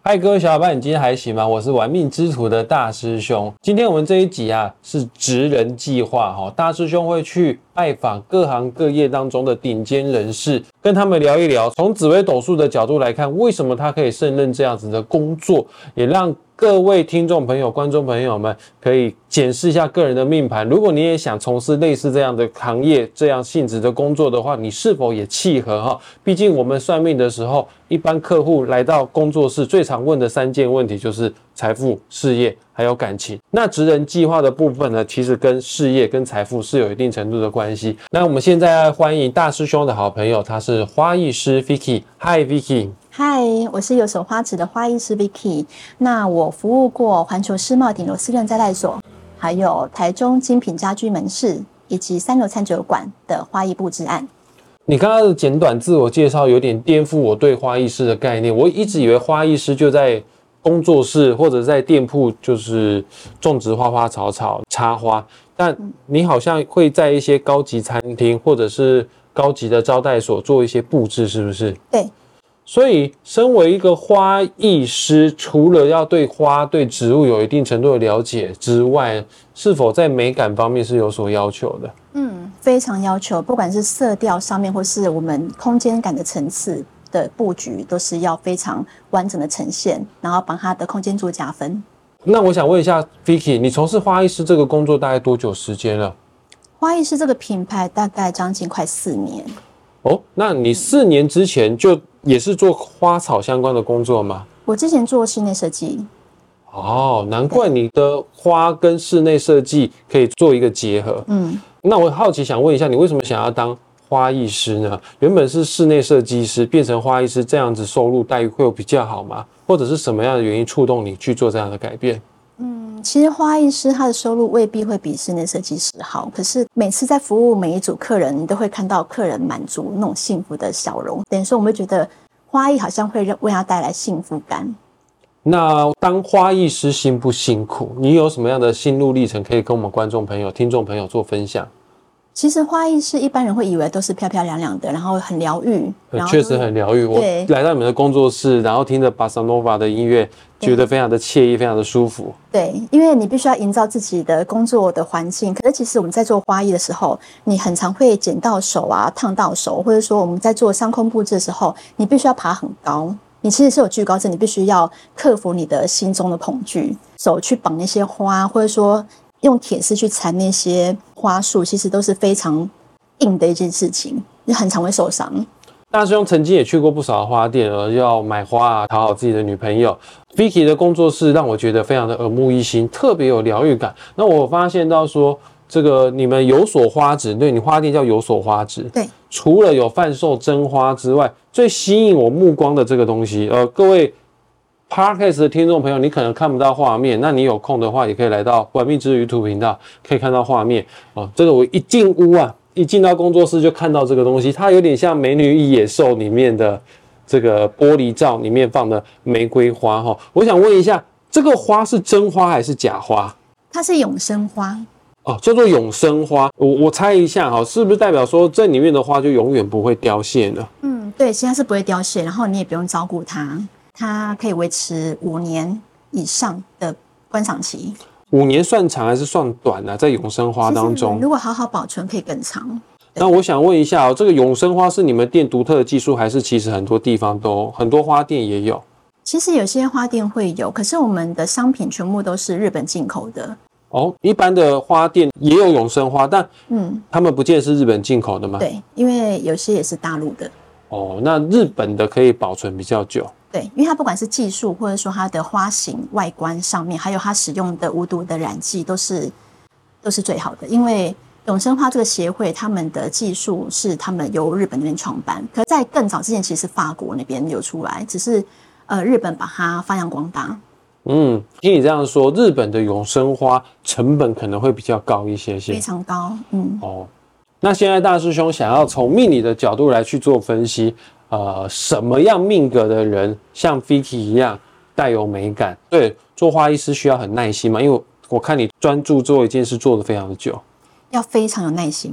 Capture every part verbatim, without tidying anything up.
嗨，各位小伙伴，你今天还行吗？我是玩命之徒的大师兄。今天我们这一集啊是职人计划哈，大师兄会去拜访各行各业当中的顶尖人士，跟他们聊一聊，从紫微斗数的角度来看，为什么他可以胜任这样子的工作，也让各位听众朋友、观众朋友们可以检视一下个人的命盘。如果你也想从事类似这样的行业、这样性质的工作的话，你是否也契合哈？毕竟我们算命的时候，一般客户来到工作室最常问的三件问题就是财富、事业还有感情。那职人计划的部分呢，其实跟事业跟财富是有一定程度的关系。那我们现在欢迎大师兄的好朋友，他是花艺师 Vicky。Hi Vicky。 嗨，我是有手花纸的花艺师 Vicky。那我服务过环球世贸顶楼私人招待所，还有台中精品家居门市，以及三楼餐酒馆的花艺布置案。 你刚刚的简短自我介绍有点颠覆我对花艺师的概念。我一直以为花艺师就在工作室或者在店铺，就是种植花花草草、插花，但你好像会在一些高级餐厅或者是高级的招待所做一些布置，是不是？ 对。 所以身为一个花艺师，除了要对花对植物有一定程度的了解之外，是否在美感方面是有所要求的？ 嗯，非常要求，不管是色调上面或是我们空间感的层次的布局，都是要非常完整的呈现，然后帮它的空间做加分。 那我想问一下 Vicky， 你从事花艺师这个工作大概多久时间了？ 花艺师这个品牌大概将近快四年。 哦，那你四年之前就也是做花草相关的工作吗？ 我之前做室内设计。 哦，难怪你的花跟室内设计可以做一个结合。嗯，那我好奇想问一下，你为什么想要当花艺师呢？原本是室内设计师，变成花艺师，这样子收入待遇会有比较好吗？或者是什么样的原因触动你去做这样的改变？ 嗯，其实花艺师他的收入未必会比室内设计师好，可是每次在服务每一组客人，你都会看到客人满足那种幸福的笑容，等于说我们会觉得花艺好像会为他带来幸福感。 那当花艺师辛不辛苦？你有什么样的心路历程可以跟我们观众朋友、听众朋友做分享？ 其实花艺师一般人会以为都是漂漂亮亮的，然后很疗愈， 确实很疗愈。我来到你们的工作室，然后听着巴萨诺瓦的音乐，觉得非常的惬意，非常的舒服。 对，因为你必须要营造自己的工作的环境。可是其实我们在做花艺的时候，你很常会剪到手啊、烫到手，或者说我们在做商空布置的时候，你必须要爬很高。你其实是有惧高症，你必须要克服你的心中的恐惧，手去绑那些花，或者说用铁丝去缠那些花束，其实都是非常硬的一件事情，你很常会受伤。 大师兄曾经也去过不少的花店，而要买花啊，讨好自己的女朋友。Vicky 的工作室让我觉得非常的耳目一新，特别有疗愈感。那我发现到说，这个你们有所花纸，对，你花店叫有所花纸， 对， 除了有贩售真花之外，最吸引我目光的这个东西，呃，各位 Podcast 的听众朋友，你可能看不到画面，那你有空的话，也可以来到玩命之 YouTube 频道，可以看到画面哦。这个我一进屋啊，一进到工作室就看到这个东西，它有点像《美女与野兽》里面的这个玻璃罩里面放的玫瑰花哈。我想问一下，这个花是真花还是假花？ 它是永生花。 哦，叫做永生花。我我猜一下哈，是不是代表说这里面的花就永远不会凋谢呢？ 嗯，对，其实它是不会凋谢，然后你也不用照顾它，它可以维持五年以上的观赏期。 五年算长还是算短呢、啊？在永生花当中， 如果好好保存，可以更长。 那我想问一下哦，这个永生花是你们店独特的技术，还是其实很多地方都很多花店也有？ 其实有些花店会有，可是我们的商品全部都是日本进口的。 哦，一般的花店也有永生花，但嗯，他们不见得是日本进口的吗？ 对，因为有些也是大陆的。 哦，那日本的可以保存比较久。 对，因为它不管是技术，或者说它的花型、外观上面，还有它使用的无毒的染剂，都是都是最好的。因为永生花这个协会，他们的技术是他们由日本那边创办，可在更早之前，其实是法国那边流出来，只是呃日本把它发扬光大。 嗯，听你这样说，日本的永生花成本可能会比较高一些些， 非常高。嗯， 哦，那现在大师兄想要从命理的角度来去做分析，呃，什么样命格的人像 Vicky 一样带有美感？对，做花艺师需要很耐心嘛，因为我看你专注做一件事做得非常的久， 要非常有耐心。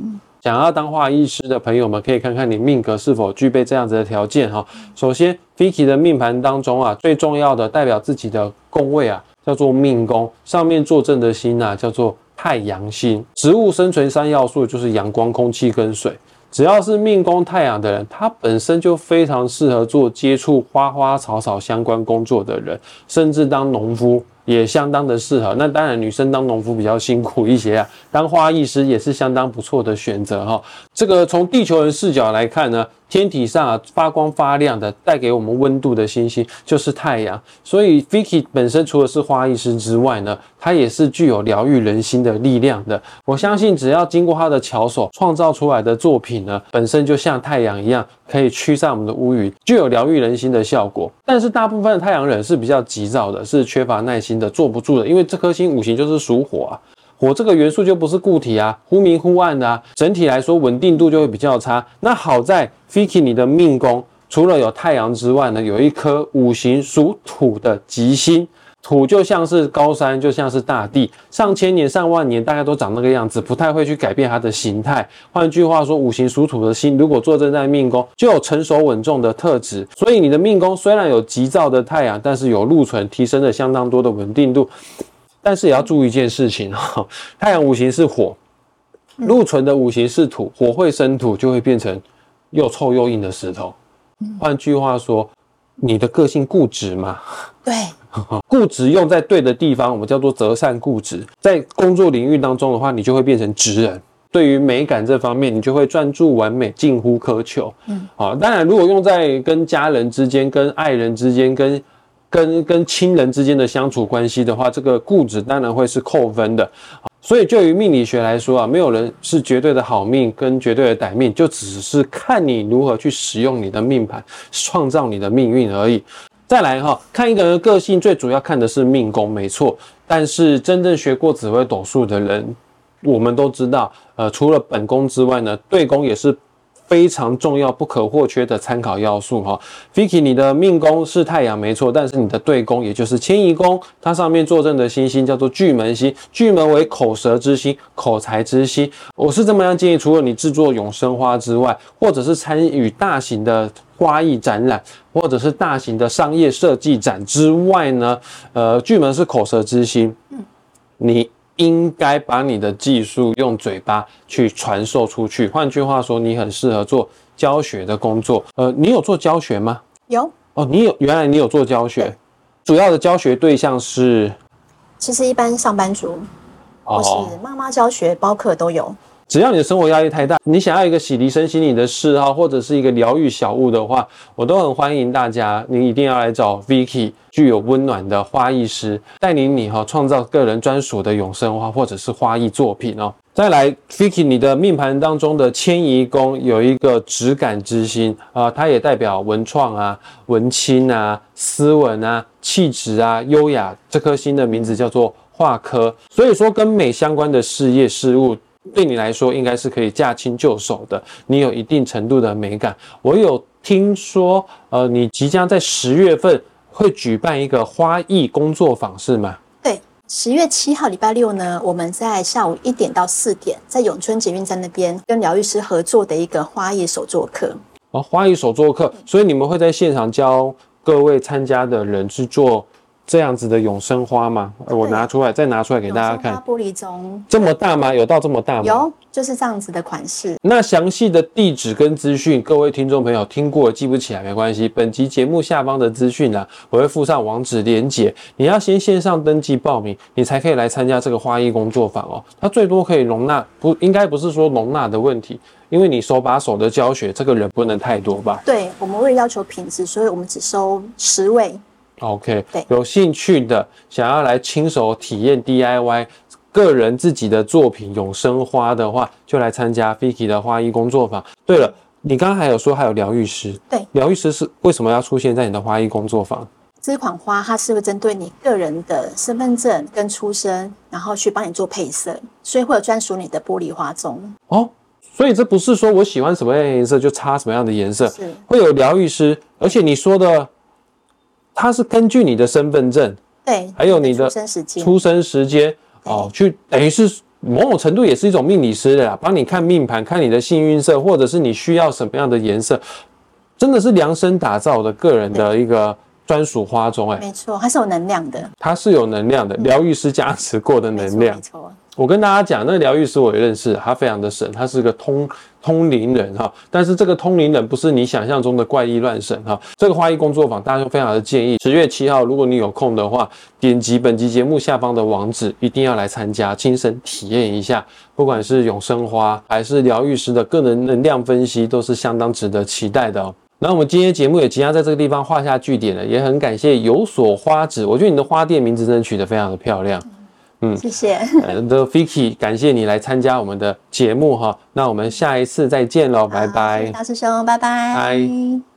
想要当花艺师的朋友们，可以看看你命格是否具备这样子的条件哈。首先 Vicky 的命盘当中啊，最重要的代表自己的宫位啊，叫做命宫，上面坐镇的星啊，叫做太阳星。植物生存三要素就是阳光、空气跟水。只要是命宫太阳的人，他本身就非常适合做接触花花草草相关工作的人，甚至当农夫也相当的适合。那当然，女生当农夫比较辛苦一些啊，当花艺师也是相当不错的选择哈。这个从地球人视角来看呢，天体上啊发光发亮的，带给我们温度的星星就是太阳。所以 Vicky 本身除了是花艺师之外呢，它也是具有疗愈人心的力量的。我相信只要经过他的巧手创造出来的作品呢，本身就像太阳一样，可以驱散我们的乌云，具有疗愈人心的效果。但是大部分的太阳人是比较急躁的，是缺乏耐心的，坐不住的，因为这颗星五行就是属火啊。火这个元素就不是固体啊，忽明忽暗的啊，整体来说稳定度就会比较差。那好在 Vicky 你的命宫除了有太阳之外呢，有一颗五行属土的吉星。土就像是高山，就像是大地，上千年、上万年，大概都长那个样子，不太会去改变它的形态。换句话说，五行属土的星，如果坐镇在命宫，就有成熟稳重的特质。所以你的命宫虽然有急躁的太阳，但是有禄存，提升了相当多的稳定度。但是也要注意一件事情哈，太阳五行是火，禄存的五行是土，火会生土，就会变成又臭又硬的石头。换句话说，你的个性固执嘛？ 对。 固执用在对的地方，我们叫做择善固执。在工作领域当中的话，你就会变成职人。对于美感这方面，你就会专注完美，近乎苛求。嗯，好，当然，如果用在跟家人之间、跟爱人之间、跟跟跟亲人之间的相处关系的话，这个固执当然会是扣分的。所以，就于命理学来说啊，没有人是绝对的好命跟绝对的歹命，就只是看你如何去使用你的命盘，创造你的命运而已。再来哈，看一个人的个性，最主要看的是命宫，没错。但是真正学过紫微斗数的人，我们都知道，呃，除了本宫之外呢，对宫也是非常重要、不可或缺的参考要素哈。Vicky， 你的命宫是太阳没错，但是你的对宫也就是迁移宫，它上面坐镇的星星叫做巨门星，巨门为口舌之星、口才之星。我是这么样建议，除了你制作永生花之外，或者是参与大型的花艺展览，或者是大型的商业设计展之外呢，呃，巨门是口舌之星，嗯，你应该把你的技术用嘴巴去传授出去。换句话说，你很适合做教学的工作。呃，你有做教学吗？ 有。 哦，你有，原来你有做教学。主要的教学对象是？ 其实一般上班族，或是妈妈教学、包课都有。 只要你的生活压力太大，你想要一个洗涤身心灵的嗜好，或者是一个疗愈小物的话，我都很欢迎大家，你一定要来找 Vicky， 具有温暖的花艺师，带领你哈创造个人专属的永生花或者是花艺作品哦。再来 ，Vicky， 你的命盘当中的迁移宫有一个质感之星啊、呃，它也代表文创啊、文青啊、斯文啊、气质啊、优雅。这颗星的名字叫做化科，所以说跟美相关的事业事物，对你来说应该是可以驾轻就熟的，你有一定程度的美感。我有听说，呃，你即将在十月份会举办一个花艺工作坊，是吗？ 对，十月七号礼拜六呢，我们在下午一点到四点，在永春捷运站那边跟疗愈师合作的一个花艺手作课。 哦，花艺手作课，所以你们会在现场教各位参加的人去做这样子的永生花吗？我拿出来，再拿出来给大家看。 永生花玻璃钟这么大吗？有到这么大吗？ 有，就是这样子的款式。 那详细的地址跟资讯，各位听众朋友听过记不起来没关系，本集节目下方的资讯啊，我会附上网址连结。你要先线上登记报名，你才可以来参加这个花艺工作坊哦。它最多可以容纳，不应该不是说容纳的问题，因为你手把手的教学，这个人不能太多吧？ 对，我们为了要求品质，所以我们只收十位。 OK， 有兴趣的想要来亲手体验 D I Y 个人自己的作品永生花的话，就来参加 Vicky 的花艺工作坊。对了，你刚刚还有说还有疗愈师， 对， 疗愈师是为什么要出现在你的花艺工作坊？ 这款花它是会针对你个人的身份证跟出生，然后去帮你做配色，所以会有专属你的玻璃花钟哦。所以这不是说我喜欢什么样的颜色就插什么样的颜色， 是会有疗愈师，而且你说的。它是根据你的身份证， 对， 还有你的出生时间， 出生时间哦，去等于是某种程度也是一种命理师的啦，帮你看命盘，看你的幸运色，或者是你需要什么样的颜色，真的是量身打造的个人的一个专属花钟。哎， 没错，它是有能量的， 它是有能量的，疗愈师加持过的能量。 没错。 我跟大家讲，那个疗愈师我也认识，他非常的神，他是个通通灵人哈。但是这个通灵人不是你想象中的怪力乱神哈。这个花艺工作坊，大家就非常的建议，十月七号，如果你有空的话，点击本集节目下方的网址，一定要来参加，亲身体验一下。不管是永生花还是疗愈师的个人能量分析，都是相当值得期待的哦。那我们今天节目也即将在这个地方画下句点了，也很感谢有所花纸，我觉得你的花店名字真的取得非常的漂亮。 嗯，谢谢。 呃 The Vicky， 感谢你来参加我们的节目哈，那我们下一次再见喽，拜拜。 大师兄，拜拜。 拜。